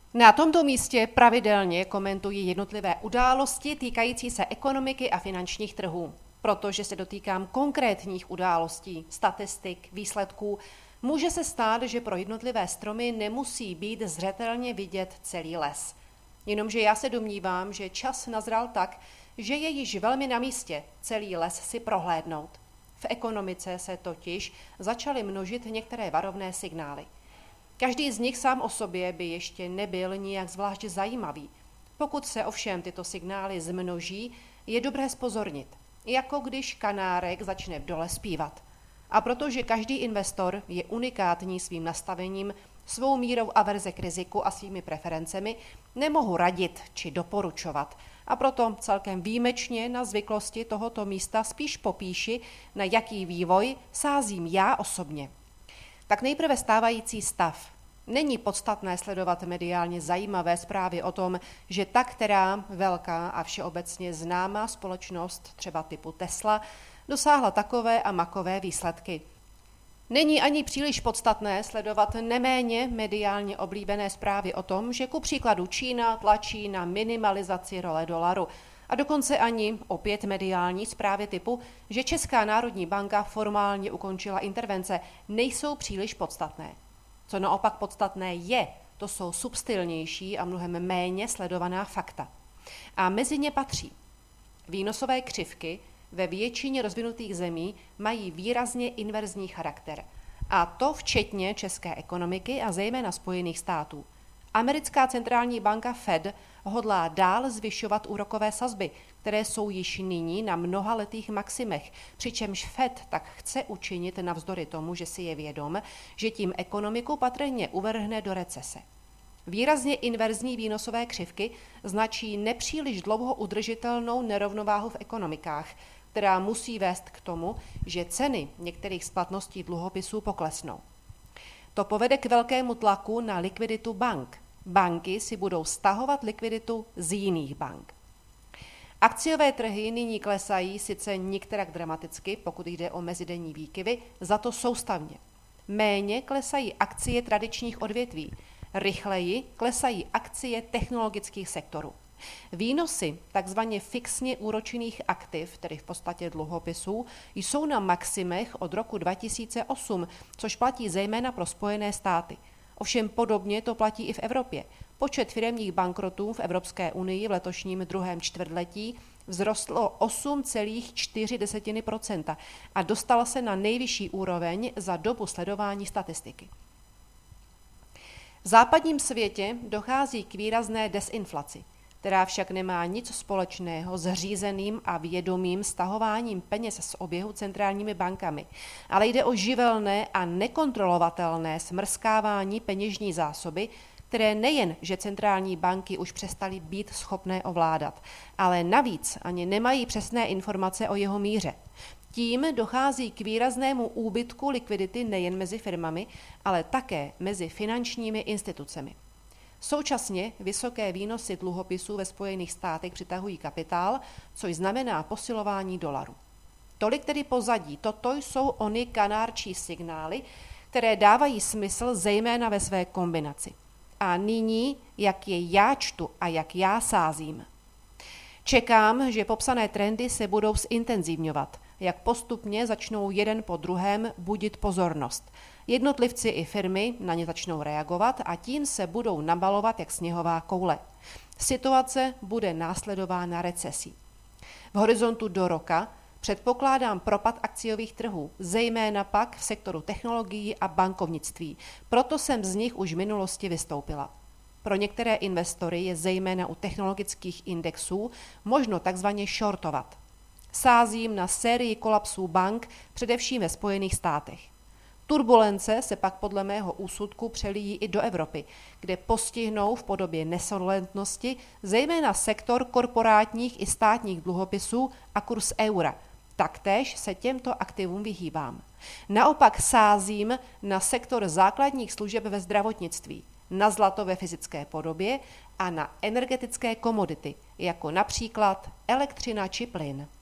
Na tomto místě pravidelně komentuji jednotlivé události týkající se ekonomiky a finančních trhů. Protože se dotýkám konkrétních událostí, statistik, výsledků, může se stát, že pro jednotlivé stromy nemusí být zřetelně vidět celý les. Jenomže já se domnívám, že čas nazral tak, že je již velmi na místě celý les si prohlédnout. V ekonomice se totiž začaly množit některé varovné signály. Každý z nich sám o sobě by ještě nebyl nijak zvlášť zajímavý. Pokud se ovšem tyto signály zmnoží, je dobré zpozornit, jako když kanárek začne v dole zpívat. A protože každý investor je unikátní svým nastavením, svou mírou averze k riziku a svými preferencemi, nemohu radit či doporučovat. A proto celkem výjimečně na zvyklosti tohoto místa spíš popíši, na jaký vývoj sázím já osobně. Tak nejprve stávající stav. Není podstatné sledovat mediálně zajímavé zprávy o tom, že ta, která velká a všeobecně známá společnost, třeba typu Tesla, dosáhla takové a makové výsledky. Není ani příliš podstatné sledovat neméně mediálně oblíbené zprávy o tom, že ku příkladu Čína tlačí na minimalizaci role dolaru. A dokonce ani opět mediální zprávy typu, že Česká národní banka formálně ukončila intervence, nejsou příliš podstatné. Co naopak podstatné je, to jsou subtilnější a mnohem méně sledovaná fakta. A mezi ně patří výnosové křivky ve většině rozvinutých zemí mají výrazně inverzní charakter. A to včetně české ekonomiky a zejména Spojených států. Americká centrální banka Fed hodlá dál zvyšovat úrokové sazby, které jsou již nyní na mnohaletých maximech, přičemž Fed tak chce učinit navzdory tomu, že si je vědom, že tím ekonomiku patrně uvrhne do recese. Výrazně inverzní výnosové křivky značí nepříliš dlouho udržitelnou nerovnováhu v ekonomikách, která musí vést k tomu, že ceny některých splatností dluhopisů poklesnou. To povede k velkému tlaku na likviditu bank. Banky si budou stahovat likviditu z jiných bank. Akciové trhy nyní klesají sice nikterak dramaticky, pokud jde o mezidenní výkyvy, za to soustavně. Méně klesají akcie tradičních odvětví, rychleji klesají akcie technologických sektorů. Výnosy takzvaně fixně úročených aktiv, tedy v podstatě dluhopisů, jsou na maximech od roku 2008, což platí zejména pro Spojené státy. Ovšem podobně to platí i v Evropě. Počet firemních bankrotů v Evropské unii v letošním druhém čtvrtletí vzrostl o 8,4% a dostal se na nejvyšší úroveň za dobu sledování statistiky. V západním světě dochází k výrazné desinflaci, která však nemá nic společného s řízeným a vědomým stahováním peněz z oběhu centrálními bankami, ale jde o živelné a nekontrolovatelné smrskávání peněžní zásoby, které nejen, že centrální banky už přestaly být schopné ovládat, ale navíc ani nemají přesné informace o jeho míře. Tím dochází k výraznému úbytku likvidity nejen mezi firmami, ale také mezi finančními institucemi. Současně vysoké výnosy dluhopisů ve Spojených státech přitahují kapitál, což znamená posilování dolaru. Tolik tedy pozadí, toto jsou ony kanárčí signály, které dávají smysl zejména ve své kombinaci. A nyní, jak je já čtu a jak já sázím. Čekám, že popsané trendy se budou zintenzivňovat, jak postupně začnou jeden po druhém budit pozornost. Jednotlivci i firmy na ně začnou reagovat a tím se budou nabalovat jak sněhová koule. Situace bude následována recesí. V horizontu do roka předpokládám propad akciových trhů, zejména pak v sektoru technologií a bankovnictví. Proto jsem z nich už v minulosti vystoupila. Pro některé investory je zejména u technologických indexů možno takzvaně shortovat. Sázím na sérii kolapsů bank, především ve Spojených státech. Turbulence se pak podle mého úsudku přelíjí i do Evropy, kde postihnou v podobě nesolventnosti zejména sektor korporátních i státních dluhopisů a kurz eura. Taktéž se těmto aktivům vyhýbám. Naopak sázím na sektor základních služeb ve zdravotnictví, na zlato ve fyzické podobě a na energetické komodity, jako například elektřina či plyn.